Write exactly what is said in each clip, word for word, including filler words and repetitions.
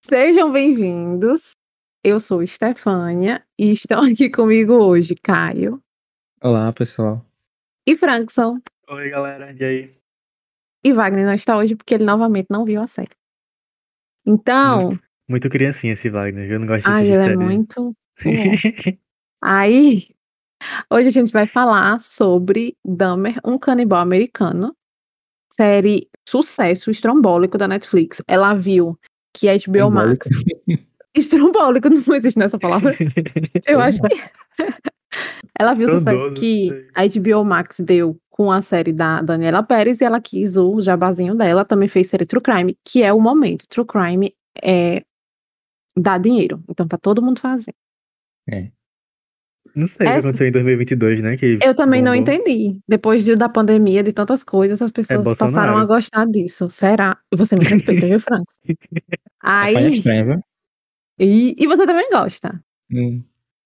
Sejam bem-vindos. Eu sou Estefânia e estão aqui comigo hoje Caio Olá, pessoal. e Frankson. Oi, galera, e aí? E Wagner não está hoje porque ele novamente não viu a série. Então, Muito, muito criancinha esse Wagner, eu não gosto de ai, assistir ele é série. muito bom. Aí, hoje a gente vai falar sobre Dahmer, um canibal americano. Série sucesso estrombólico da Netflix. Ela viu que a H B O Max... Estrombólico, não existe nessa palavra. Eu acho que... Ela viu o sucesso que a H B O Max deu com a série da Daniela Pérez e ela quis o jabazinho dela, também fez série True Crime, que é o momento. True Crime é dá dinheiro, então tá todo mundo fazendo. É. Não sei o que Essa- aconteceu em dois mil e vinte e dois, né? Que Eu também não bombou. entendi. Depois de- da pandemia, de tantas coisas, as pessoas Bolsonaro. passaram a gostar disso. Será? E você me respeita, viu, Frank? Aí... Aí, estranho, viu? e, e você também gosta. Hum.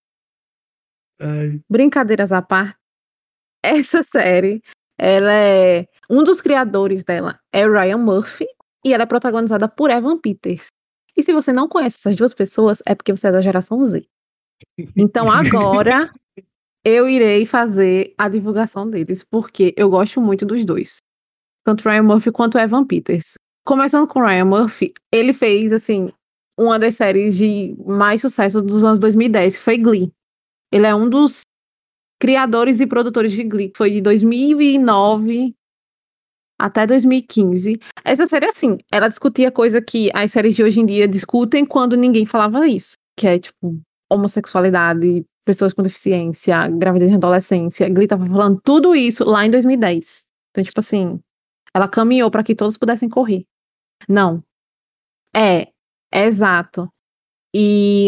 Ai, Brincadeiras à parte, essa série, ela é... Um dos criadores dela é o Ryan Murphy e ela é protagonizada por Evan Peters. E se você não conhece essas duas pessoas, é porque você é da geração Z. Então agora eu irei fazer a divulgação deles, porque eu gosto muito dos dois. Tanto o Ryan Murphy quanto o Evan Peters. Começando com o Ryan Murphy, ele fez, assim, uma das séries de mais sucesso dos anos dois mil e dez, que foi Glee. Ele é um dos criadores e produtores de Glee, que foi de dois mil e nove até dois mil e quinze. Essa série, assim, ela discutia coisa que as séries de hoje em dia discutem quando ninguém falava isso, que é, tipo, homossexualidade, pessoas com deficiência, gravidez na adolescência. Glee tava falando tudo isso lá em dois mil e dez. Então, tipo assim, ela caminhou para que todos pudessem correr. Não. É, é exato. E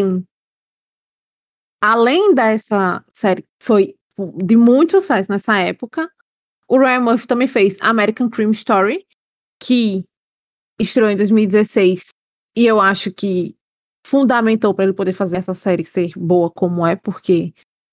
além dessa série que foi de muito sucesso nessa época, o Ryan Murphy também fez American Crime Story, que estreou em dois mil e dezesseis, e eu acho que fundamentou para ele poder fazer essa série ser boa como é, porque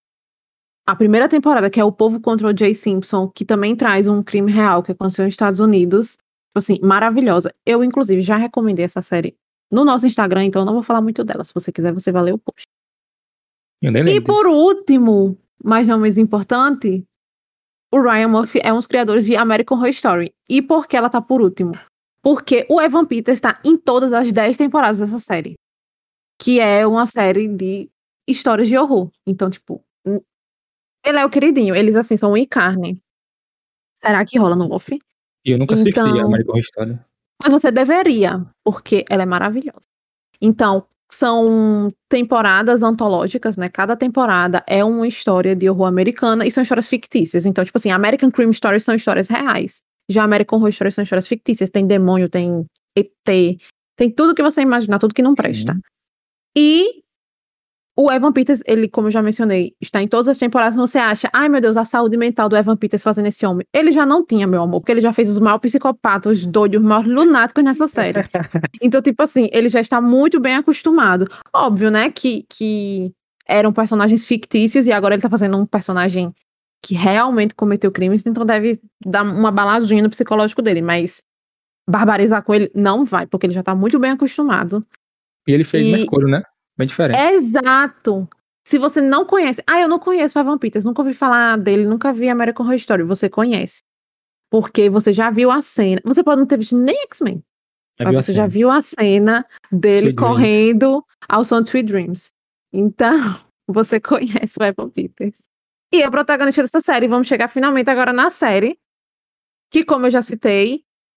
a primeira temporada, que é O Povo contra o Jay Simpson, que também traz um crime real que aconteceu nos Estados Unidos, assim, maravilhosa. Eu, inclusive, já recomendei essa série no nosso Instagram, então eu não vou falar muito dela. Se você quiser, você vai ler o post. Eu nem E lembro por disso. último, mas não menos importante, o Ryan Murphy é um dos criadores de American Horror Story. E por que ela tá por último? Porque o Evan Peters está em todas as dez temporadas dessa série. Que é uma série de histórias de horror. Então, tipo, ele é o queridinho. Eles, assim, são um e carne. Será que rola no Wolf? E eu nunca assisti Então- a American Horror Story. Mas você deveria, porque ela é maravilhosa. Então, são temporadas antológicas, né? Cada temporada é uma história de horror americana e são histórias fictícias. Então, tipo assim, American Crime Stories são histórias reais. Já American Horror Stories são histórias fictícias. Tem demônio, tem E T, tem tudo que você imaginar, tudo que não presta. Uhum. E o Evan Peters, ele, como eu já mencionei, está em todas as temporadas. Você acha, ai meu Deus, a saúde mental do Evan Peters fazendo esse homem. Ele já não tinha, meu amor, porque ele já fez os maiores psicopatas, os doidos, os maiores lunáticos nessa série. Então, tipo assim, ele já está muito bem acostumado. Óbvio, né, que, que eram personagens fictícios e agora ele tá fazendo um personagem que realmente cometeu crimes, então deve dar uma baladinha no psicológico dele, mas barbarizar com ele não vai, porque ele já tá muito bem acostumado. E ele fez E- Mercúrio, né? Bem diferente. Exato! Se você não conhece... Ah, eu não conheço o Evan Peters, nunca ouvi falar dele, nunca vi American Horror Story. Você conhece. Porque você já viu a cena. Você pode não ter visto nem X-Men, Já mas viu a você já cena? viu a cena dele Sweet Dreams. correndo ao som de Sweet Dreams. Então, você conhece o Evan Peters. E é o protagonista dessa série. Vamos chegar finalmente agora na série, que, como eu já citei,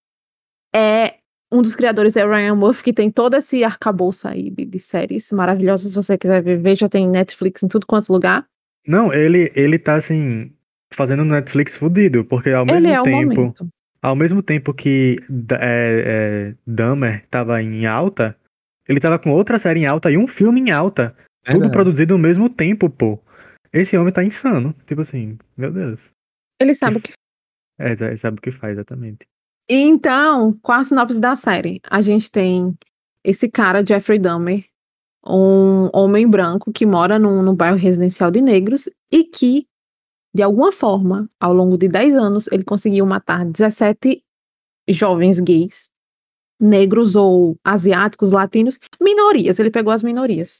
é um dos criadores é o Ryan Murphy, que tem todo esse arcabouço aí de, de séries maravilhosas. Se você quiser ver, veja, tem Netflix em tudo quanto lugar. Não, ele, ele tá assim, fazendo Netflix fudido, porque ao Ele mesmo é o tempo, momento. ao mesmo tempo que da- é, é, Dahmer tava em alta, ele tava com outra série em alta e um filme em alta. Tudo Verdade. produzido ao mesmo tempo, pô. Esse homem tá insano. Tipo assim, meu Deus. Ele sabe o que... É, ele sabe o que faz, exatamente. Então, qual a sinopse da série? A gente tem esse cara, Jeffrey Dahmer, um homem branco que mora num, num bairro residencial de negros e que, de alguma forma, ao longo de dez anos, ele conseguiu matar dezessete jovens gays negros ou asiáticos, latinos, minorias, ele pegou as minorias.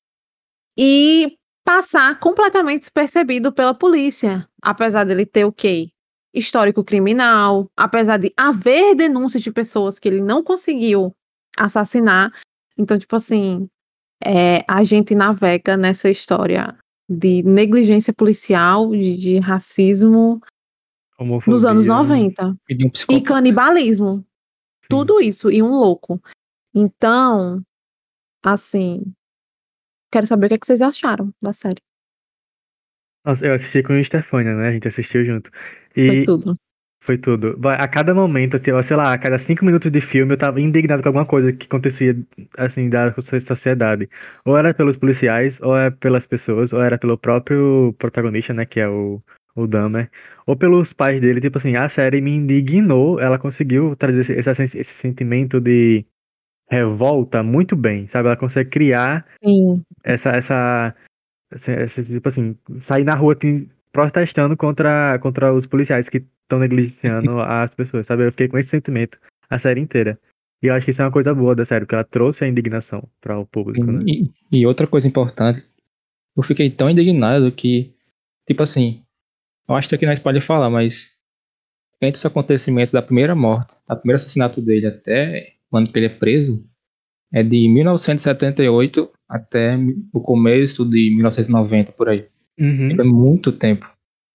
E passar completamente despercebido pela polícia, apesar dele ter o quê? Histórico criminal, apesar de haver denúncias de pessoas que ele não conseguiu assassinar. Então, tipo assim, é, a gente navega nessa história de negligência policial, de, de racismo Homofobia. nos anos noventa. E de um E psicopata. canibalismo. Sim. Tudo isso, e um louco. Então, assim, quero saber o que, é que vocês acharam da série. Nossa, eu assisti com o Stefania, né? A gente assistiu junto. Foi E tudo. foi tudo. Vai, A cada momento, assim, ó, sei lá, a cada cinco minutos de filme eu tava indignado com alguma coisa que acontecia, assim, da so- sociedade. Ou era pelos policiais, ou era pelas pessoas, ou era pelo próprio protagonista, né? Que é o, o Dahmer. Ou pelos pais dele. Tipo assim, a série me indignou. Ela conseguiu trazer esse, esse, esse esse sentimento de revolta muito bem, sabe? Ela consegue criar Sim. essa, essa Esse- esse, tipo assim, sair na rua assim, protestando contra, contra os policiais que estão negligenciando as pessoas, sabe? Eu fiquei com esse sentimento a série inteira. E eu acho que isso é uma coisa boa da série, porque ela trouxe a indignação para o público, né? E, e outra coisa importante, eu fiquei tão indignado que, tipo assim, eu acho que isso aqui nós pode falar, mas entre os acontecimentos da primeira morte, do primeiro assassinato dele até o ano que ele é preso, é de mil novecentos e setenta e oito até o começo de mil novecentos e noventa, por aí. Uhum. É muito tempo.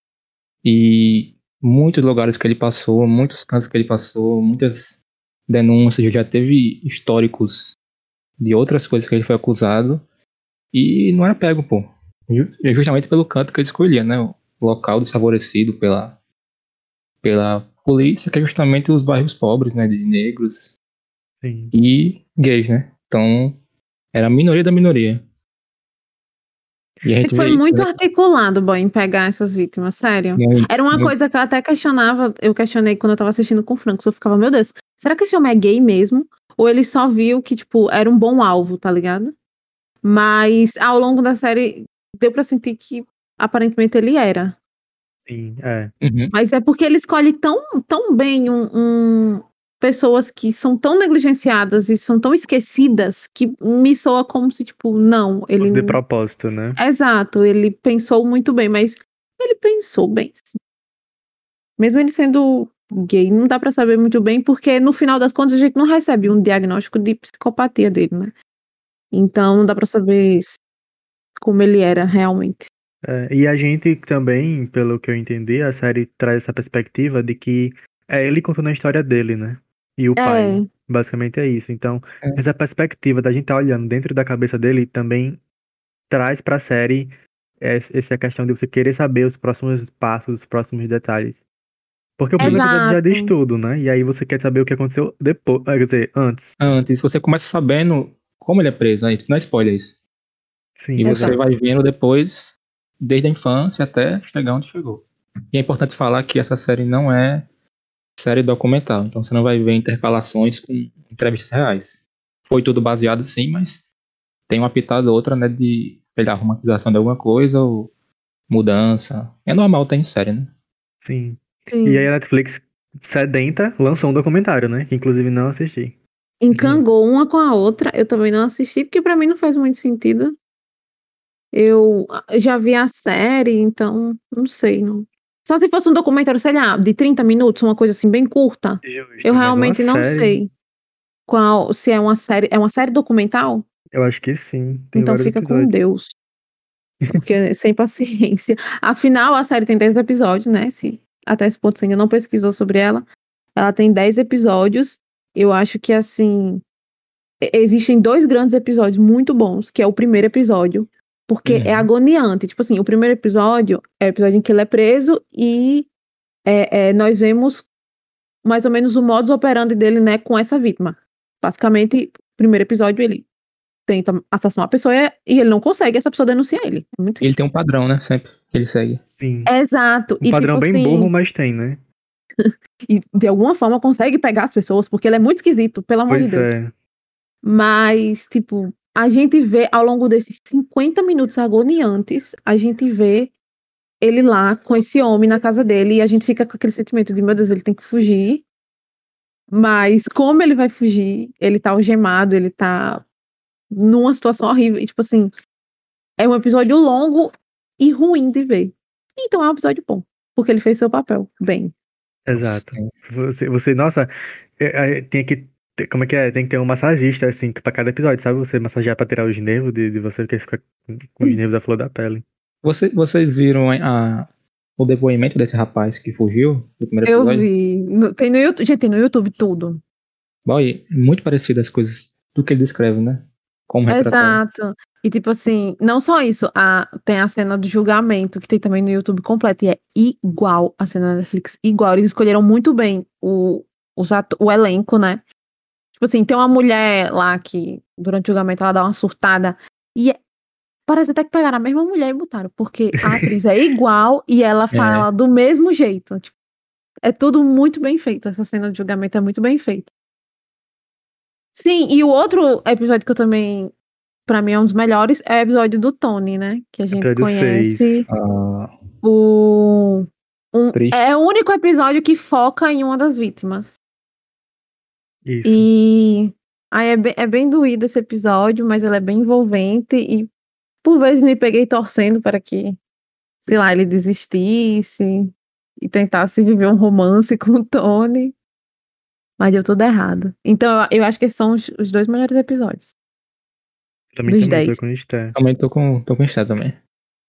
E muitos lugares que ele passou, muitos cantos que ele passou, muitas denúncias, já teve históricos de outras coisas que ele foi acusado e não era pego, pô. Ju- Justamente pelo canto que ele escolhia, né? O local desfavorecido pela, pela polícia, que é justamente os bairros pobres, né? De negros Sim. e gays, né? Então, era a minoria da minoria. E a E gente foi vê isso, muito né? articulado, boy, em pegar essas vítimas, sério. Muito, Era uma muito. coisa que eu até questionava, eu questionei quando eu tava assistindo com o Franco, eu ficava, meu Deus, será que esse homem é gay mesmo? Ou ele só viu que, tipo, era um bom alvo, tá ligado? Mas ao longo da série, deu pra sentir que aparentemente ele era. Sim, é. Uhum. Mas é porque ele escolhe tão, tão bem um, um- pessoas que são tão negligenciadas e são tão esquecidas que me soa como se, tipo, não, ele. Os de propósito, né? Exato, ele pensou muito bem, mas ele pensou bem, sim. Mesmo ele sendo gay, não dá pra saber muito bem, porque no final das contas a gente não recebe um diagnóstico de psicopatia dele, né? Então não dá pra saber s- como ele era realmente. É, e a gente também, pelo que eu entendi, a série traz essa perspectiva de que é ele contando a história dele, né? E o pai. É, Basicamente é isso. Então, É. essa perspectiva da gente estar olhando dentro da cabeça dele também traz pra série es- essa questão de você querer saber os próximos passos, os próximos detalhes. Porque o primeiro episódio já diz exato. tudo, né? E aí você quer saber o que aconteceu depois, quer dizer, antes. Antes, você começa sabendo como ele é preso, né? Não é spoiler isso. E Sim, você Exato. exato. vai vendo depois, desde a infância até chegar onde chegou. E é importante falar que essa série não é série documental, então você não vai ver intercalações com entrevistas reais. Foi tudo baseado sim, mas tem uma pitada ou outra, né, de pegar romantização de alguma coisa ou mudança. É normal ter em série, né? Sim. E aí Sim. a Netflix, sedenta, lançou um documentário, né? Que inclusive não assisti. Encangou uma com a outra, eu também não assisti, porque pra mim não faz muito sentido. Eu ah, já vi a série, então não sei, não. Só se fosse um documentário, sei lá, de trinta minutos, uma coisa assim bem curta. Eu Justo, mas uma realmente não série, sei qual, se é uma série, é uma série documental? eu acho que sim. Tem Então vários fica com episódios. Deus, porque sem paciência. Afinal, a série tem dez episódios, né? Se até esse ponto você ainda não pesquisou sobre ela. Ela tem dez episódios. Eu acho que assim, e- existem dois grandes episódios muito bons, que é o primeiro episódio, porque é Uhum. agoniante. Tipo assim, o primeiro episódio é o episódio em que ele é preso e é, é, nós vemos mais ou menos o modus operandi dele, né, com essa vítima. Basicamente, o primeiro episódio ele tenta assassinar uma pessoa e ele não consegue, essa pessoa denuncia ele. É muito Ele simples. tem um padrão, né, sempre que ele segue. Sim. Exato. Um E padrão tipo bem assim, burro, mas tem, né? e de alguma forma consegue pegar as pessoas, porque ele é muito esquisito, pelo amor de Pois Deus. é. Mas, tipo, a gente vê ao longo desses cinquenta minutos agoniantes, a gente vê ele lá com esse homem na casa dele e a gente fica com aquele sentimento de, meu Deus, ele tem que fugir. Mas como ele vai fugir, ele tá algemado, ele tá numa situação horrível. E, tipo assim, é um episódio longo e ruim de ver. Então é um episódio bom, porque ele fez seu papel bem. Exato. Sim. Você, você nossa, é, é, tem que ter- como é que é? Tem que ter um massagista, assim, pra cada episódio, sabe? Você massagear pra tirar os nervos de, de você, que fica com os nervos da flor da pele. Você, vocês viram a, o depoimento desse rapaz que fugiu do primeiro Eu episódio? vi. No- tem no YouTube, gente, tem no YouTube tudo. Boy, é muito parecido as coisas do que ele descreve, né? Como retratar. Exato. E tipo assim, não só isso, a, tem a cena do julgamento, que tem também no YouTube completo, e é igual a cena da Netflix, igual. Eles escolheram muito bem o, os ato- o elenco, né? Tipo assim, tem uma mulher lá que, durante o julgamento, ela dá uma surtada, e é- parece até que pegaram a mesma mulher e botaram, porque a atriz é igual e ela fala do mesmo jeito. Tipo, é tudo muito bem feito. Essa cena de julgamento é muito bem feita. Sim, e o outro episódio que eu também, pra mim, é um dos melhores, é o episódio do Tony, né? Que a gente Episódio conhece seis. Ah, o. um- triste. é o único episódio que foca em uma das vítimas. Isso. E aí é bem, é bem doído esse episódio, mas ele é bem envolvente e por vezes me peguei torcendo para que, sei lá, ele desistisse e tentasse viver um romance com o Tony. Mas deu tudo errado. Então eu, eu acho que esses são os, os dois melhores episódios. Também, Dos também, tô dez. com Star. Também tô com, tô com Star também. Se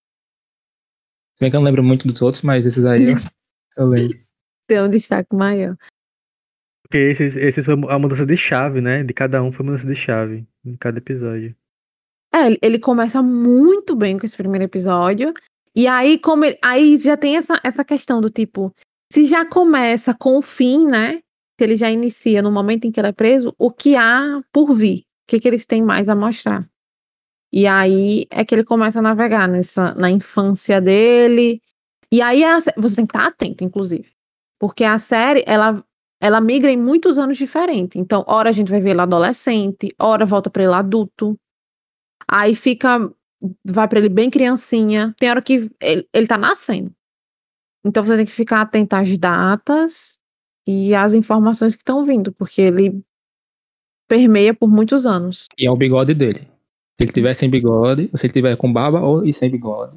bem que eu não lembro muito dos outros, mas esses aí eu, eu lembro. Tem um destaque maior. Porque esses, esses foi a mudança de chave, né? De cada um foi mudança de chave. Em cada episódio. É, ele- ele começa muito bem com esse primeiro episódio. E aí, como ele- aí já tem essa, essa questão do tipo, se já começa com o fim, né? Se ele já inicia no momento em que ele é preso, o que há por vir? O que, que eles têm mais a mostrar? E aí é que ele começa a navegar nessa, na infância dele. E aí a sé- você tem que estar atento, inclusive. Porque a série, ela, ela migra em muitos anos diferentes. Então, hora a gente vai ver ele adolescente, hora volta pra ele adulto. Aí fica, vai pra ele bem criancinha. Tem hora que ele, ele tá nascendo. Então você tem que ficar atento às datas e às informações que estão vindo, porque ele permeia por muitos anos. E é o bigode dele. Se ele tiver sem bigode, ou se ele tiver com barba ou e sem bigode.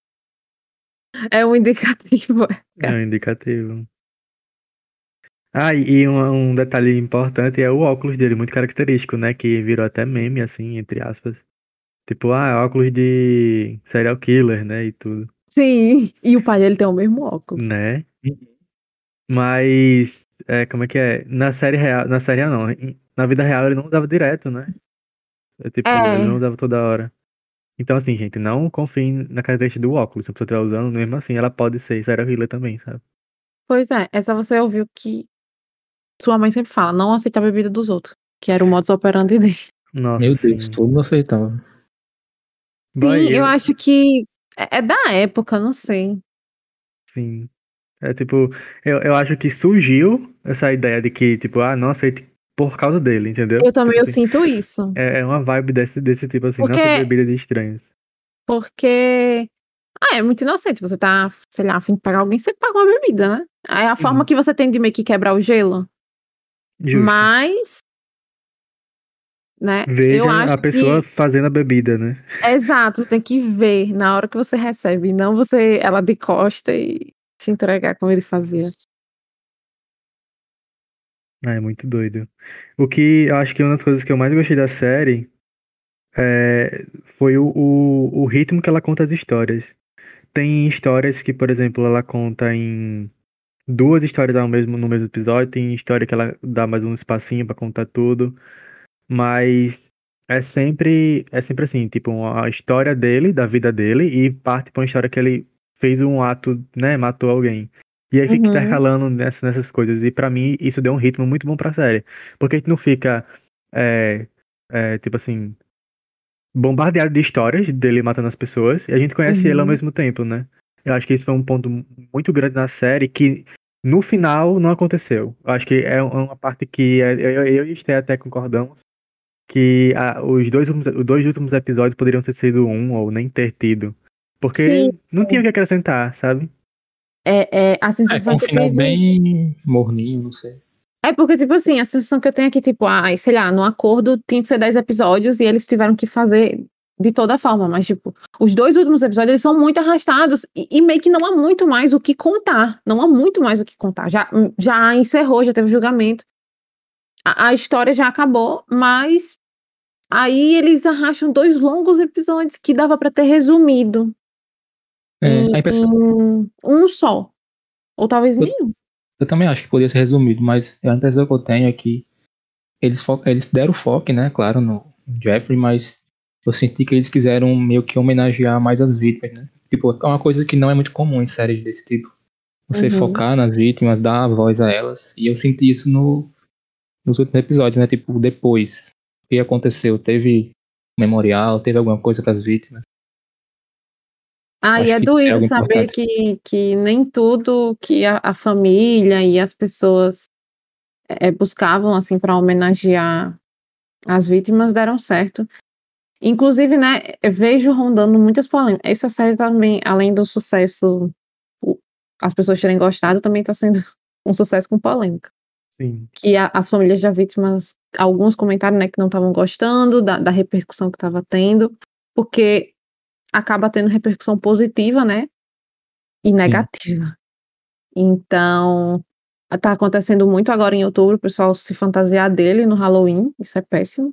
É um indicativo. É um indicativo. Ah, e e um, um detalhe importante é o óculos dele, muito característico, né? Que virou até meme, assim, entre aspas. Tipo, ah, é óculos de serial killer, né? E tudo. Sim, e o pai dele tem o mesmo óculos. Né? Mas, é, como é que é? Na série real, na série real não, em- na vida real ele não usava direto, né? É, tipo, ele não É, usava toda hora. Então, assim, gente, não confiem na característica do óculos. Se a pessoa estiver usando, mesmo assim, ela pode ser serial killer também, sabe? pois é. Essa você ouviu que sua mãe sempre fala, não aceita a bebida dos outros, que era o modus operandi dele. Nossa, Meu sim. Deus, tudo não aceitava. Boy, Sim, eu eu- acho que é é da época, não sei. sim. É tipo, eu, eu acho que surgiu essa ideia de que, tipo, ah, não aceite por causa dele, entendeu? Eu também Tipo eu assim, sinto isso. é, é uma vibe desse, desse tipo assim, não Porque, aceite bebida de estranhos. porque, ah, é muito inocente. Você tá, sei lá, a fim de pagar alguém, você paga uma bebida, né? É a Sim. forma que você tem de meio que quebrar o gelo. Justo. Mas, né, eu Veja acho a pessoa que, fazendo a bebida, né? é exato, você tem que ver na hora que você recebe, e não você, ela de costa e te entregar como ele fazia. Ah, é muito doido. O que eu acho que uma das coisas que eu mais gostei da série é, foi o, o, o ritmo que ela conta as histórias. Tem histórias que, por exemplo, ela conta em duas histórias ao mesmo, no mesmo episódio, tem história que ela dá mais um espacinho pra contar tudo, mas é sempre, é sempre assim, tipo, a história dele, da vida dele, e parte pra uma história que ele fez um ato, né, matou alguém. E aí fica Uhum. intercalando nessas, nessas coisas, e pra mim isso deu um ritmo muito bom pra série, porque a gente não fica, é, é, tipo assim, bombardeado de histórias dele matando as pessoas, e a gente conhece ele ao Uhum. mesmo tempo, né? Eu acho que isso foi um ponto muito grande na série que no final não aconteceu. Eu acho que é uma parte que é- eu, eu e a Esté até concordamos que ah, os dois últimos, os dois últimos episódios poderiam ter sido um ou nem ter tido. Sim, Porque não tinha o que acrescentar, sabe? é, é a É, sensação com um que eu final tive. bem morninho, não sei. É porque, tipo assim, a sensação que eu tenho é que, tipo, ai, sei lá, no acordo tinha que ser dez episódios e eles tiveram que fazer de toda forma, mas, tipo, os dois últimos episódios, eles são muito arrastados e, e meio que não há muito mais o que contar. Não há muito mais o que contar. Já, já encerrou, já teve julgamento. A, a história já acabou, mas aí eles arrastam dois longos episódios que dava pra ter resumido É, em, a impressão, em um só. Ou talvez eu, nenhum. eu também acho que poderia ser resumido, mas a impressão que eu tenho é que eles, fo- eles deram foco, né, claro, no Jeffrey, mas eu senti que eles quiseram meio que homenagear mais as vítimas, né? Tipo, é uma coisa que não é muito comum em séries desse tipo. Você Uhum. focar nas vítimas, dar a voz a elas. E eu senti isso no, nos últimos episódios, né? Tipo, depois. O que aconteceu? Teve memorial? Teve alguma coisa para as vítimas? Ah, e Acho é que isso é doído algo saber importante. que, que nem tudo que a, a família e as pessoas é, buscavam, assim, para homenagear as vítimas deram certo. Inclusive, né, eu vejo rondando muitas polêmicas. Essa série também, além do sucesso, o- as pessoas terem gostado, também está sendo um sucesso com polêmica. Sim. Que a- as famílias das vítimas, alguns comentaram, né, que não estavam gostando da, da repercussão que estava tendo, porque acaba tendo repercussão positiva, né, e Sim. negativa. Então, tá acontecendo muito agora em outubro, o pessoal se fantasiar dele no Halloween, isso é péssimo.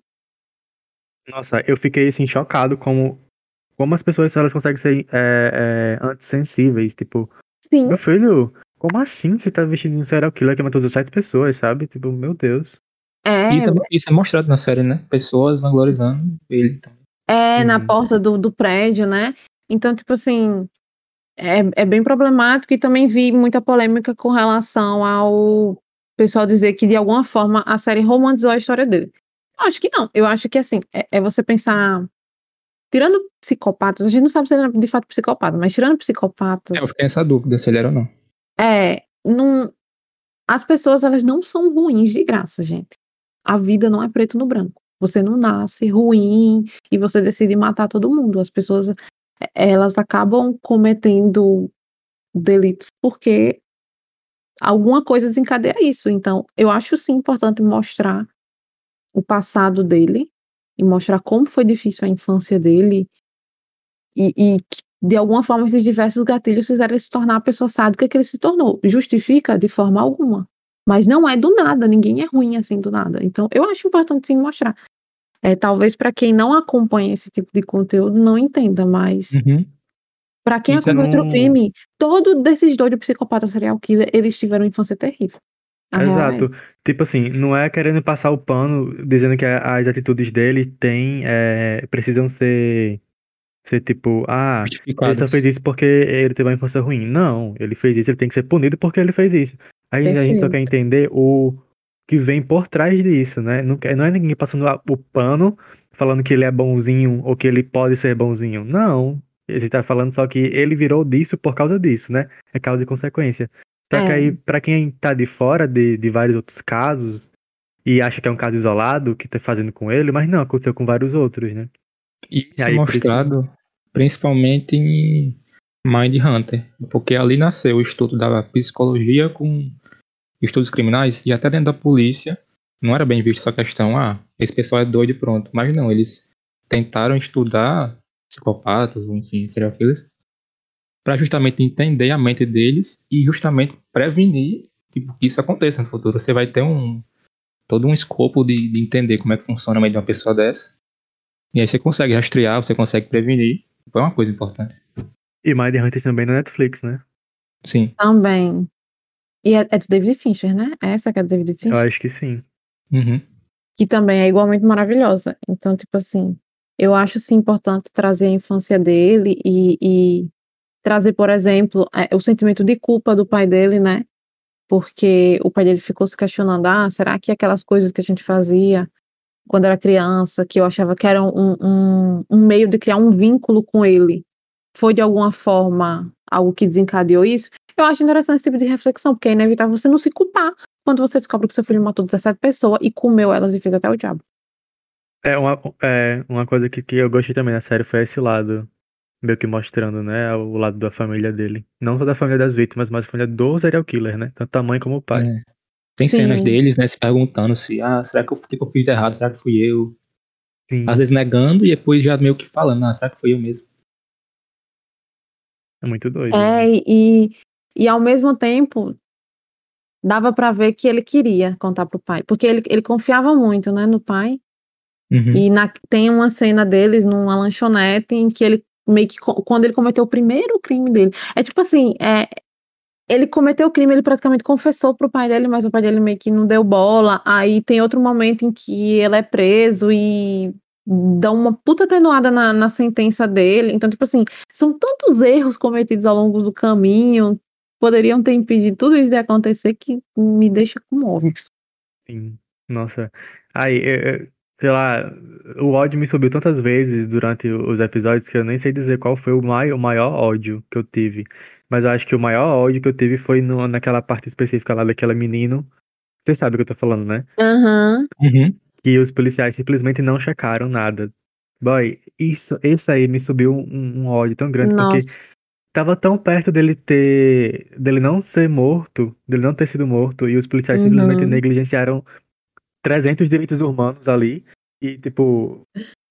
Nossa, eu fiquei assim chocado como, como as pessoas elas conseguem ser é, é, antissensíveis. Tipo, Sim, meu filho, como assim você tá vestindo um serial killer que matou sete pessoas, sabe? Tipo, meu Deus. E é, também isso é mostrado na série, né? Pessoas vanglorizando ele também. é na Sim, porta do, do prédio, né? Então, tipo assim, é, é bem problemático e também vi muita polêmica com relação ao pessoal dizer que de alguma forma a série romantizou a história dele. Eu acho que não, eu acho que assim, é, é você pensar, tirando psicopatas, a gente não sabe se ele é de fato psicopata, mas tirando É, eu psicopatas, fiquei nessa dúvida se ele era ou não. é, não, as pessoas elas não são ruins de graça, gente. A vida não é preto no branco. Você não nasce ruim e você decide matar todo mundo. As pessoas, eh, elas acabam cometendo delitos porque alguma coisa desencadeia isso. Então, eu acho sim importante mostrar o passado dele e mostrar como foi difícil a infância dele e, e que, de alguma forma, esses diversos gatilhos fizeram ele se tornar a pessoa sádica que ele se tornou. Justifica de forma alguma. Mas não é do nada, ninguém é ruim assim do nada. Então, eu acho importante sim mostrar. É, talvez para quem não acompanha esse tipo de conteúdo não entenda, mas Uhum. para quem isso é acompanha outro não. crime, todos desses doidos psicopatas serial killer, eles tiveram infância terrível. A real é Exato. essa. Tipo assim, não é querendo passar o pano, dizendo que a- as atitudes dele têm, é, precisam ser, ser tipo, ah, ele só fez Justificadas. isso porque ele teve uma infância ruim. Não, ele fez isso, ele tem que ser punido porque ele fez isso. Aí a gente só quer Perfeito. entender o que vem por trás disso, né? Não, quer- não é ninguém passando a- o pano, falando que ele é bonzinho ou que ele pode ser bonzinho. Não. Ele tá falando só que ele virou disso por causa disso, né? É causa e consequência. Só que aí, É, pra quem tá de fora de, de vários outros casos, e acha que é um caso isolado que tá fazendo com ele, mas não, aconteceu com vários outros, né? E E isso é aí, por isso que. mostrado principalmente em Mindhunter, porque ali nasceu o estudo da psicologia com estudos criminais e até dentro da polícia não era bem visto essa questão, ah, esse pessoal é doido e pronto. Mas não, eles tentaram estudar psicopatas, ou enfim, serial killers, para justamente entender a mente deles e justamente prevenir tipo, que isso aconteça no futuro. Você vai ter um todo um escopo de, de entender como é que funciona a mente de uma pessoa dessa. E aí você consegue rastrear, você consegue prevenir. É uma coisa importante. E Mindhunter também na Netflix, né? Sim. também. E é, é do David Fincher, né? É essa que é do David Eu Fincher? acho que sim. Uhum. Que também é igualmente maravilhosa. Então, tipo assim, eu acho sim importante trazer a infância dele e, e trazer, por exemplo, é, o sentimento de culpa do pai dele, né? Porque o pai dele ficou se questionando: ah, será que aquelas coisas que a gente fazia quando era criança, que eu achava que era um, um, um meio de criar um vínculo com ele, foi de alguma forma algo que desencadeou isso? Eu acho interessante esse tipo de reflexão, porque é inevitável você não se culpar quando você descobre que seu filho matou dezessete pessoas e comeu elas e fez até o diabo. É uma, é, uma coisa que, que eu gostei também da série foi esse lado, meio que mostrando, né, o lado da família dele. Não só da família das vítimas, mas da família do serial killer, né? Tanto a mãe como o pai. É. Tem cenas Sim. deles, né, se perguntando se, ah, será que eu, que eu fiz de errado? Será que fui eu? Sim, Às vezes negando e depois já meio que falando, ah, será que fui eu mesmo? é muito doido. É, né? e, e ao mesmo tempo, dava pra ver que ele queria contar pro pai, porque ele, ele confiava muito, né, no pai. Uhum. E na- tem uma cena deles numa lanchonete em que ele meio que co- quando ele cometeu o primeiro crime dele. É tipo assim, é, ele cometeu o crime, ele praticamente confessou pro pai dele, mas o pai dele meio que não deu bola. Aí tem outro momento em que ele é preso e dá uma puta atenuada na, na sentença dele. Então, tipo assim, são tantos erros cometidos ao longo do caminho, poderiam ter impedido tudo isso de acontecer, que me deixa com ódio. Sim, nossa. Aí, eu- eu- sei lá, o ódio me subiu tantas vezes durante os episódios que eu nem sei dizer qual foi o mai- o maior ódio que eu tive. Mas eu acho que o maior ódio que eu tive foi no- naquela parte específica lá daquela menino. Você sabe o que eu tô falando, né? Aham, Uhum. Que os policiais simplesmente não checaram nada. Boy, isso, isso aí me subiu um, um ódio tão grande, porque nossa. tava tão perto dele ter, dele não ser morto, dele não ter sido morto, e os policiais simplesmente Uhum. negligenciaram trezentos direitos humanos ali, e tipo,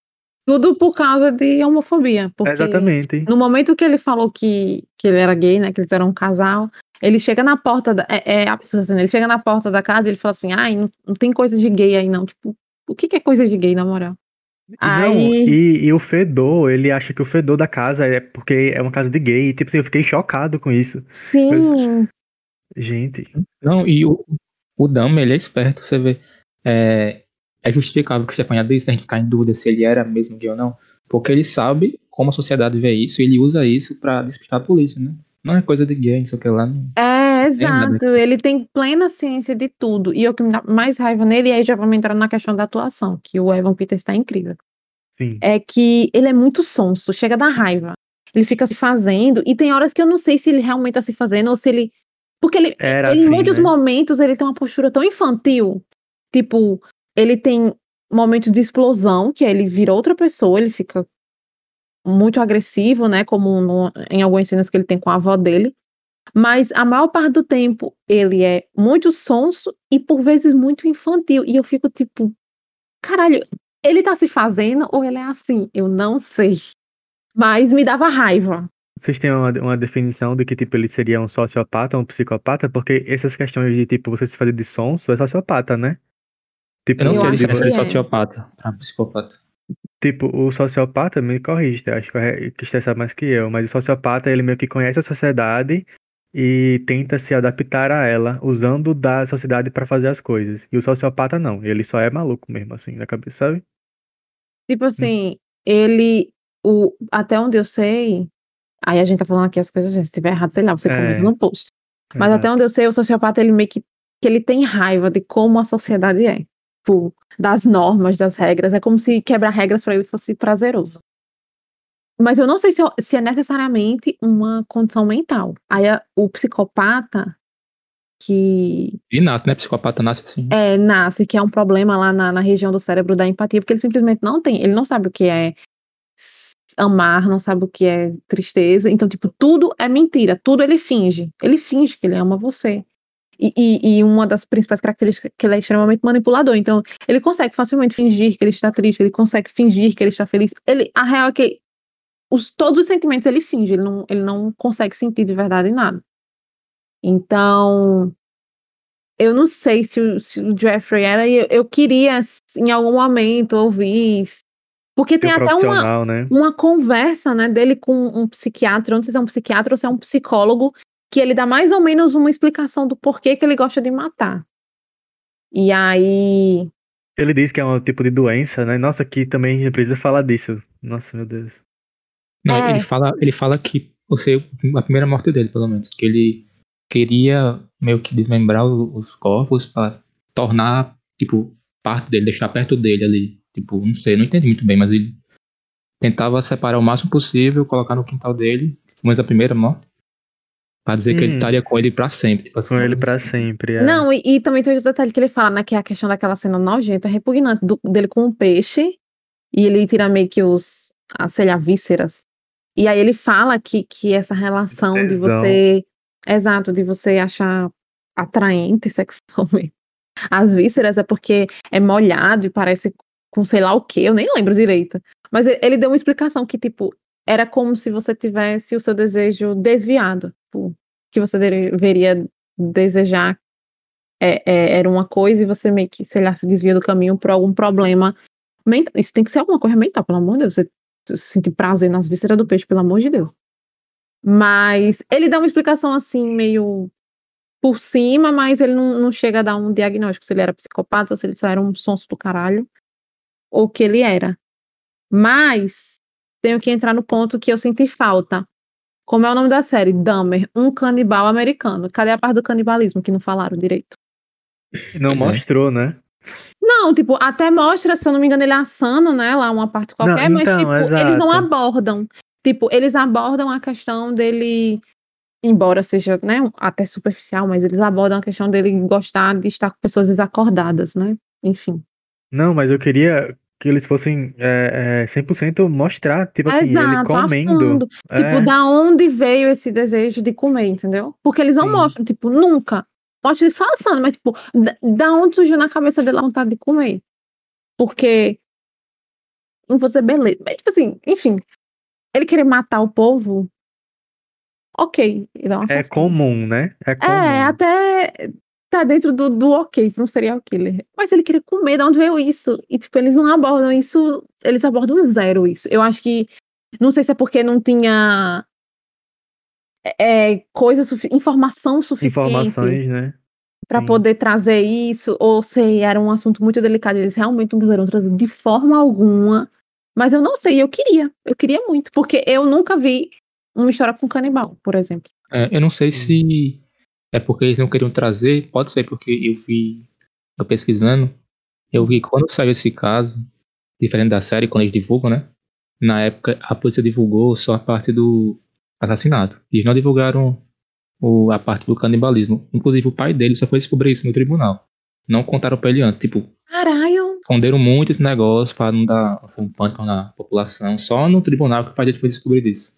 Tudo por causa de homofobia, porque exatamente, no momento que ele falou que, que ele era gay, né, que eles eram um casal, ele chega na porta da, é, é absurdo assim, né, ele chega na porta da casa e ele fala assim, ai, não, não tem coisa de gay aí não, tipo, o que que é coisa de gay, na moral? e não, Aí, e, e o fedor, ele acha que o fedor da casa é porque é uma casa de gay, e tipo assim, eu fiquei chocado com isso. Mas, sim, gente, Não, e o, o Dama, ele é esperto, você vê. É, é justificável que você tenha isso, a gente ficar em dúvida se ele era mesmo gay ou não, porque ele sabe como a sociedade vê isso e ele usa isso pra despistar a polícia, né? Não é coisa de gay, não sei o que lá, não é, tem nada. exato, ele tem plena ciência de tudo, e o que me dá mais raiva nele, e aí já vamos entrar na questão da atuação, que o Evan Peters tá incrível. sim, É que ele é muito sonso, chega da raiva. Ele fica se fazendo, e tem horas que eu não sei se ele realmente tá se fazendo ou se ele. Porque ele, era ele em assim, muitos né? momentos, ele tem uma postura tão infantil. Tipo, ele tem momentos de explosão, que aí ele vira outra pessoa, ele fica muito agressivo, né? Como no- em algumas cenas que ele tem com a avó dele. Mas a maior parte do tempo, ele é muito sonso e por vezes muito infantil. E eu fico tipo, caralho, ele tá se fazendo ou ele é assim? Eu não sei. Mas me dava raiva. Vocês têm uma, uma definição de que, tipo, ele seria um sociopata ou um psicopata? Porque essas questões de, tipo, você se fazer de sonso é sociopata, né? Eu não Eu sei a Tipo, de, acho diferença vo- que de é. sociopata pra psicopata. tipo, o sociopata, me corrige, tá? Acho que vai- que você sabe mais que eu, mas o sociopata, ele meio que conhece a sociedade e tenta se adaptar a ela, usando da sociedade pra fazer as coisas. E o sociopata não, ele só é maluco mesmo, assim, na cabeça, sabe? Tipo Hum. assim, ele. O, até onde eu sei. Aí a gente tá falando aqui as coisas, gente, se estiver errado, sei lá, você comenta É, no post. Mas até exato. onde eu sei, o sociopata, ele meio que, que ele tem raiva de como a sociedade é. Tipo, das normas, das regras. É como se quebrar regras pra ele fosse prazeroso. Mas eu não sei se, eu- se é necessariamente uma condição mental. Aí a- o psicopata que Ele nasce, né? Psicopata nasce assim. é, nasce, que é um problema lá na, na região do cérebro da empatia, porque ele simplesmente não tem, ele não sabe o que é s- amar, não sabe o que é tristeza, então, tipo, tudo é mentira, tudo ele finge, ele finge que ele ama você. E, e, e uma das principais características é que ele é extremamente manipulador, então ele consegue facilmente fingir que ele está triste, ele consegue fingir que ele está feliz, ele, a real é que os, todos os sentimentos ele finge, ele não, ele não consegue sentir de verdade nada. Então, eu não sei se o, se o Jeffrey era, e eu, eu queria, em algum momento, ouvir. Porque Tem tem um até uma, profissional, né? uma conversa, né, dele com um psiquiatra, eu não sei se é um psiquiatra ou se é um psicólogo, que ele dá mais ou menos uma explicação do porquê que ele gosta de matar. E aí. Ele diz que é um tipo de doença, né? Nossa, aqui também a gente precisa falar disso. Nossa, meu Deus. Não, ele É, fala, ele fala que você, a primeira morte dele, pelo menos, que ele queria meio que desmembrar o- os corpos pra tornar, tipo, parte dele, deixar perto dele ali. Tipo, não sei, não entendi muito bem, mas ele tentava separar o máximo possível, colocar no quintal dele, mas a primeira morte, pra dizer que ele Hum, estaria com ele pra sempre, tipo assim, com uma ele coisa pra assim. sempre, é. não, e, e também tem outro detalhe que ele fala, né, que é a questão daquela cena nojenta, repugnante, do- dele com o peixe, e ele tira meio que os, as, sei lá, vísceras. E aí ele fala que, que essa relação de Tesão. você, exato, de você achar atraente sexualmente. As vísceras é porque é molhado e parece com sei lá o que, eu nem lembro direito. Mas e- ele deu uma explicação que, tipo, era como se você tivesse o seu desejo desviado. Tipo, que você deveria desejar é, é, era uma coisa e você meio que, sei lá, se desvia do caminho por algum problema mental. Isso tem que ser alguma coisa mental, pelo amor de Deus. Você você sentir prazer nas vísceras do peixe, pelo amor de Deus. Mas ele dá uma explicação assim, meio por cima, mas ele não, não chega a dar um diagnóstico se ele era psicopata, se ele só era um sonso do caralho, ou o que ele era. Mas tenho que entrar no ponto que eu senti falta. Como é o nome da série? Dahmer, um canibal americano. Cadê a parte do canibalismo que não falaram direito? E não Pois é. mostrou, né? Não, tipo, até mostra, se eu não me engano, ele assando, né, lá uma parte Não, qualquer, mas, então, tipo, eles não exato. abordam. Tipo, eles abordam a questão dele, embora seja, né, até superficial, mas eles abordam a questão dele gostar de estar com pessoas desacordadas, né? Enfim. Não, mas eu queria que eles fossem é, é, cem por cento mostrar, tipo assim, ele Exato, a comendo. fundo. Tipo, É, da onde veio esse desejo de comer, entendeu? Porque eles não sim. mostram, tipo, nunca. Mostra ele só assando, mas, tipo, da, da onde surgiu na cabeça dele a vontade de comer? Porque, não vou dizer beleza, mas, tipo assim, enfim, ele querer matar o povo, ok, ele é um É assassino. comum, né? É É, comum. até tá dentro do, do ok pra um serial killer. Mas ele queria comer, de onde veio isso? E, tipo, eles não abordam isso, eles abordam zero isso. Eu acho que, não sei se é porque não tinha é, coisa, sufi- informação suficiente Informações, né? pra Sim. poder trazer isso, ou se era um assunto muito delicado, eles realmente não quiseram trazer de forma alguma. Mas eu não sei, eu queria, eu queria muito, porque eu nunca vi uma história com canibal, por exemplo. É, eu não sei Sim. se é porque eles não queriam trazer, pode ser porque eu vi, eu pesquisando, eu vi que quando saiu esse caso, diferente da série, quando eles divulgam, né? Na época, a polícia divulgou só a parte do assassinato. Eles não divulgaram o, a parte do canibalismo. Inclusive, o pai dele só foi descobrir isso no tribunal. Não contaram pra ele antes. Tipo, Caralho! esconderam muito esse negócio pra não dar assim, um pânico na população. Só no tribunal que o pai dele foi descobrir isso.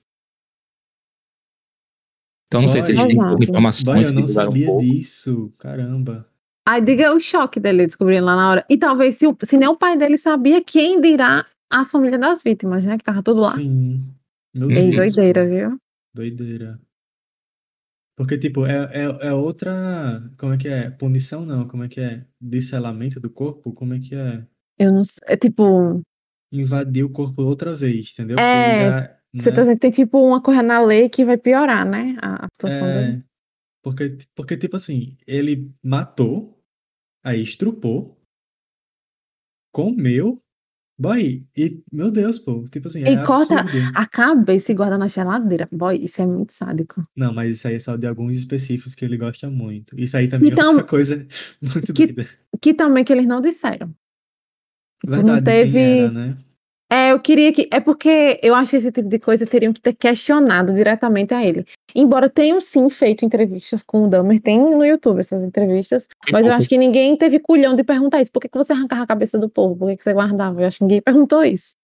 Então, não sei se eles Boy, têm poucas Exato. boy, informações, eu se não divulgaram um sabia pouco. disso. Caramba. Aí diga o choque dele descobrindo lá na hora. E talvez se, o- se nem o pai dele sabia, quem dirá a família das vítimas, né? Que tava tudo lá. Sim. Meu Uhum. Ei, Deus, doideira, pô. viu? Doideira. Porque, tipo, é, é, é outra. Como é que é? Punição não, como é que é? Desselamento do corpo? Como é que é? Eu não sei. É tipo. Invadir o corpo outra vez, entendeu? Porque ele É. já, Você tá né? dizendo que tem tipo uma coisa na lei que vai piorar, né? A, a situação dele. É. Porque, porque, tipo assim, ele matou, aí estrupou, comeu, boy, e, meu Deus, pô, tipo assim, é E corta absurdo. a cabeça e guarda na geladeira. Boy, isso é muito sádico. Não, mas isso aí é só de alguns específicos que ele gosta muito. Isso aí também é outra Então, coisa muito que, doida. que também que eles não disseram. Tipo, não Verdade, de quem era, teve. né? É, eu queria que. É porque eu acho que esse tipo de coisa teriam que ter questionado diretamente a ele. Embora tenham sim feito entrevistas com o Dahmer, tem no YouTube essas entrevistas, Bem mas eu pouco. acho que ninguém teve culhão de perguntar isso. Por que, que você arrancava a cabeça do povo? Por que, que você guardava? Eu acho que ninguém perguntou isso.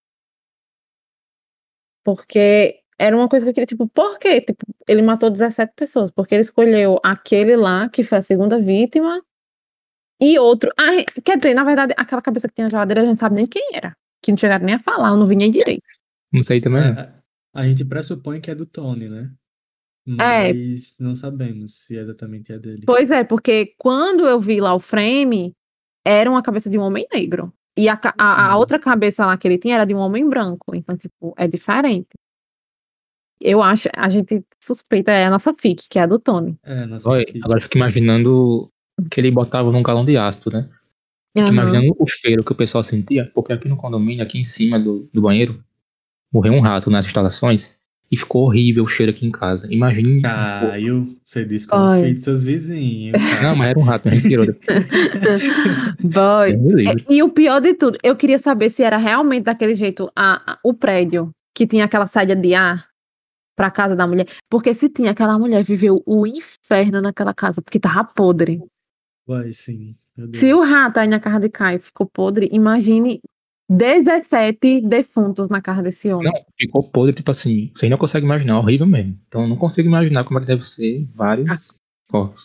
Porque era uma coisa que eu queria, tipo, por quê? Tipo, ele matou dezessete pessoas, porque ele escolheu aquele lá, que foi a segunda vítima, e outro. Ah, quer dizer, na verdade, aquela cabeça que tinha na geladeira, a gente não sabe nem quem era. Que não chegaram nem a falar, eu não vi nem direito. Não sei também, não. A, a, a gente pressupõe que é do Tony, né? É, Mas não sabemos se exatamente é dele. pois é, porque quando eu vi lá o frame, era uma cabeça de um homem negro. E a, ca- a, a Sim. outra cabeça lá que ele tinha era de um homem branco. Então, tipo, é diferente. Eu acho, a gente suspeita, é a nossa fic, que é a do Tony. É, nossa Olha, fic. agora eu fico imaginando que ele botava num galão de ácido, né? Fico Aham. imaginando o cheiro que o pessoal sentia, porque aqui no condomínio, aqui em cima do, do banheiro, morreu um rato nas instalações e ficou horrível o cheiro aqui em casa. Imagine. Caio, você desconfia Ai. de seus vizinhos, Não, Caio. mas era um rato, a gente tirou. Boy. Deus me livre. É, e o pior de tudo, eu queria saber se era realmente daquele jeito a, a- o prédio que tinha aquela saída de ar pra casa da mulher. Porque se tinha, aquela mulher viveu o inferno naquela casa, porque tava podre. Vai, sim. Meu Se o Deus. rato aí na casa de Caio ficou podre, imagine dezessete defuntos na casa desse homem. Não, ficou podre, tipo assim, vocês não conseguem imaginar, horrível mesmo. Então eu não consigo imaginar como é que deve ser vários corpos.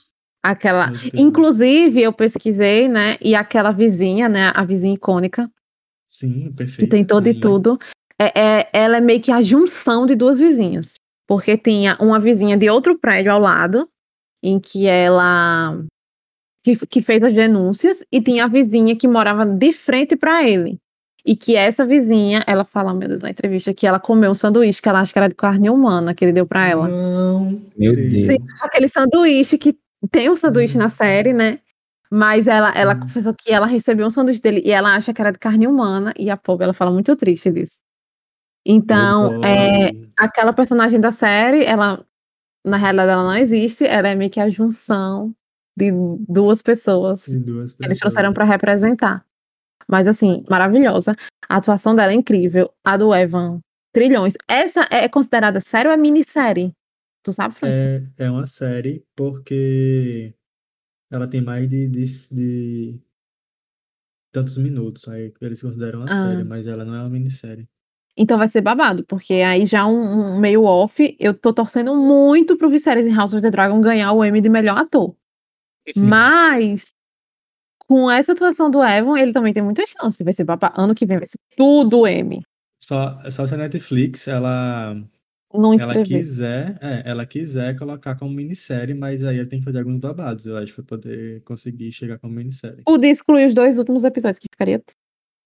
Aquela. Meu Deus. Inclusive, eu pesquisei, né? E aquela vizinha, né? A vizinha icônica, Sim, que perfeito. tem todo e Rainha. tudo. É, é- ela é meio que a junção de duas vizinhas. Porque tinha uma vizinha de outro prédio ao lado, em que ela. Que, que fez as denúncias, e tinha a vizinha que morava de frente para ele. E que essa vizinha, ela fala, meu Deus, na entrevista, que ela comeu um sanduíche que ela acha que era de carne humana, que ele deu para ela. Não Meu Sim, creio. Deus. aquele sanduíche que tem um sanduíche na série, né? Mas ela, ela Hum. confessou que ela recebeu um sanduíche dele e ela acha que era de carne humana, e a pobre, ela fala muito triste disso. Então, é, Pobre. aquela personagem da série, ela, na realidade, ela não existe, ela é meio que a junção de duas pessoas De duas que eles trouxeram para pessoas. representar. Mas, assim, maravilhosa. A atuação dela é incrível. A do Evan, trilhões. Essa é considerada série ou é minissérie? Tu sabe, França? É, é uma série porque ela tem mais de, de, de tantos minutos. Aí eles consideram uma série, Ah. mas ela não é uma minissérie. Então vai ser babado, porque aí já um, um meio off, eu tô torcendo muito pro Viserys em House of the Dragon ganhar o Emmy de melhor ator. Sim. Mas, com essa atuação do Evan, ele também tem muita chance. Vai ser babado. Ano que vem vai ser tudo Emmy. Só, só se a Netflix, ela, Não ela inscrever. quiser, é, ela quiser colocar como minissérie, mas aí ela tem que fazer alguns babados, eu acho, pra poder conseguir chegar como minissérie. Podia excluir os dois últimos episódios, que ficaria tudo.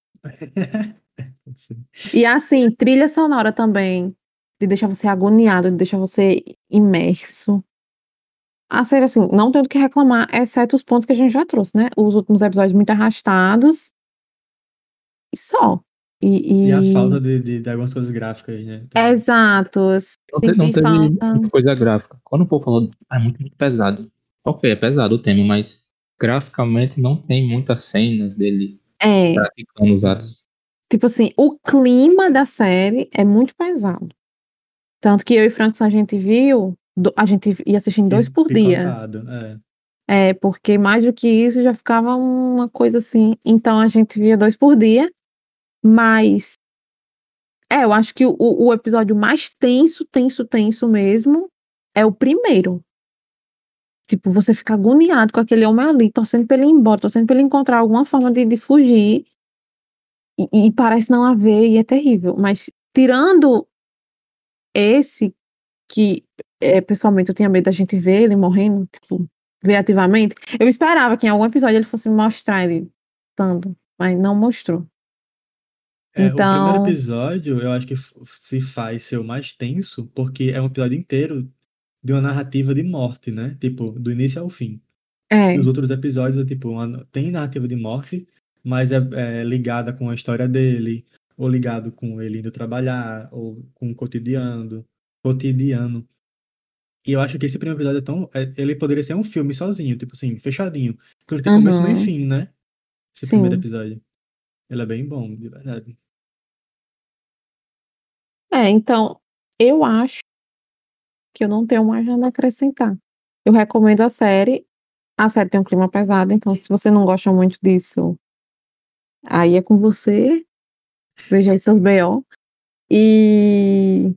Sim. E assim, trilha sonora também, de deixar você agoniado, de deixar você imerso. A série, assim, não tem do que reclamar, exceto os pontos que a gente já trouxe, né? Os últimos episódios muito arrastados. E só. E, E a e- falta de, de, de algumas coisas gráficas, né? Também. Exatos. Não, te- não Senti teve falta. muita coisa gráfica. Quando o povo falou, ah, é muito, muito pesado. Ok, é pesado o tema, mas graficamente não tem muitas cenas dele É, praticando os atos. tipo assim, o clima da série é muito pesado. Tanto que eu e Francis a gente viu, do- a gente ia assistindo dois Pi- por dia. Picotado, é. É, porque mais do que isso já ficava uma coisa assim. Então a gente via dois por dia. Mas, é, eu acho que o, o episódio mais tenso, tenso, tenso mesmo é o primeiro. Tipo, você fica agoniado com aquele homem ali, torcendo pra ele ir embora, torcendo pra ele encontrar alguma forma de, de fugir. E, e parece não haver, e é terrível. Mas, tirando esse, que é, pessoalmente eu tinha medo da gente ver ele morrendo, tipo, ver ativamente, eu esperava que em algum episódio ele fosse mostrar ele lutando, mas não mostrou. É, o primeiro Então, episódio, eu acho que f- se faz ser o mais tenso, porque é um episódio inteiro de uma narrativa de morte, né? Tipo, do início ao fim. E é. os outros episódios, é, tipo, uma- tem narrativa de morte, mas é, é ligada com a história dele, ou ligado com ele indo trabalhar, ou com o cotidiano, cotidiano. E eu acho que esse primeiro episódio é tão. é- ele poderia ser um filme sozinho, tipo assim, fechadinho. Porque ele tem começo, meio e Uhum, fim, né? Esse primeiro sim. episódio. Ele é bem bom, de verdade. É, então, eu acho que eu não tenho mais nada a acrescentar. Eu recomendo a série. A série tem um clima pesado, então se você não gosta muito disso, aí é com você. Veja aí seus B O. E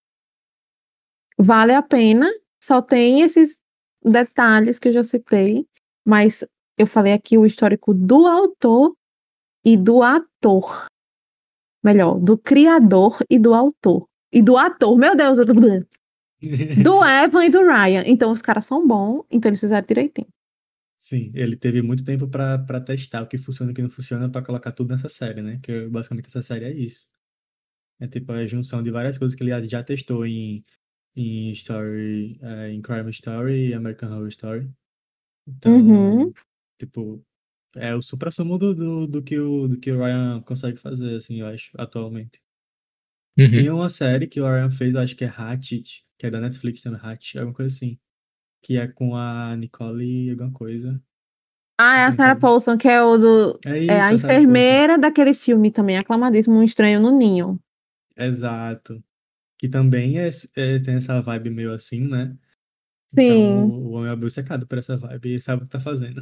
vale a pena. Só tem esses detalhes que eu já citei, mas eu falei aqui o histórico do autor e do ator. Melhor, do criador e do autor. E do ator, meu Deus, eu tô... do Evan e do Ryan. Então os caras são bons, então eles fizeram direitinho. Sim, ele teve muito tempo pra para testar o que funciona e o que não funciona pra colocar tudo nessa série, né? Que basicamente essa série é isso. É tipo a junção de várias coisas que ele já testou em, em Story, é, em Crime Story e American Horror Story. Uhum. Então, tipo, é o suprassumo do, do, do que o, do que o Ryan consegue fazer, assim, eu acho, atualmente. Tem Uhum. uma série que o Ryan fez, eu acho que é Hatchet, que é da Netflix também, Hatchet, alguma coisa assim. Que é com a Nicole alguma coisa. Ah, é a Sarah Nicole. Paulson, que é o do. É É a isso, a Sarah Paulson. enfermeira daquele filme também, aclamadíssimo, Um Estranho no Ninho. Exato. Que também é, é- tem essa vibe meio assim, né? Então Sim. o, o homem é obcecado por essa vibe e sabe o que tá fazendo.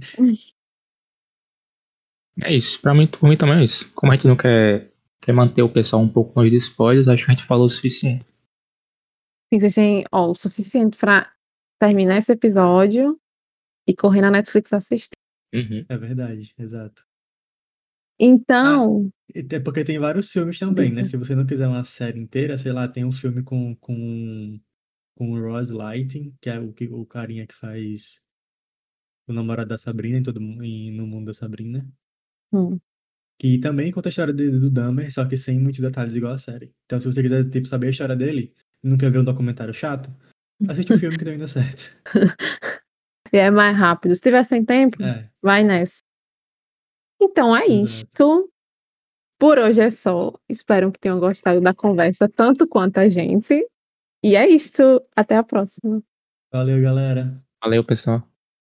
É isso. Pra mim, por mim também é isso. Como a gente não quer, quer manter o pessoal um pouco longe de spoilers, acho que a gente falou o suficiente. Sim, vocês têm, ó, o suficiente pra terminar esse episódio e correr na Netflix assistir. Uhum. É verdade, exato. Então, É porque tem vários filmes também, né? diga. Se você não quiser uma série inteira, sei lá, tem um filme com, com, com o Ross Lighting, que é o, que, o carinha que faz o namorado da Sabrina em todo, mu- em, no mundo da Sabrina. Hum. Que também conta a história de- do Dahmer, só que sem muitos detalhes igual a série. Então, se você quiser, tipo, saber a história dele e não quer ver um documentário chato, assiste o filme que também dá certo. E é mais rápido. Se tiver sem tempo, É, vai nessa. Então é exato. isto. Por hoje é só. Espero que tenham gostado da conversa tanto quanto a gente. E é isto. Até a próxima. Valeu, galera. Valeu, pessoal.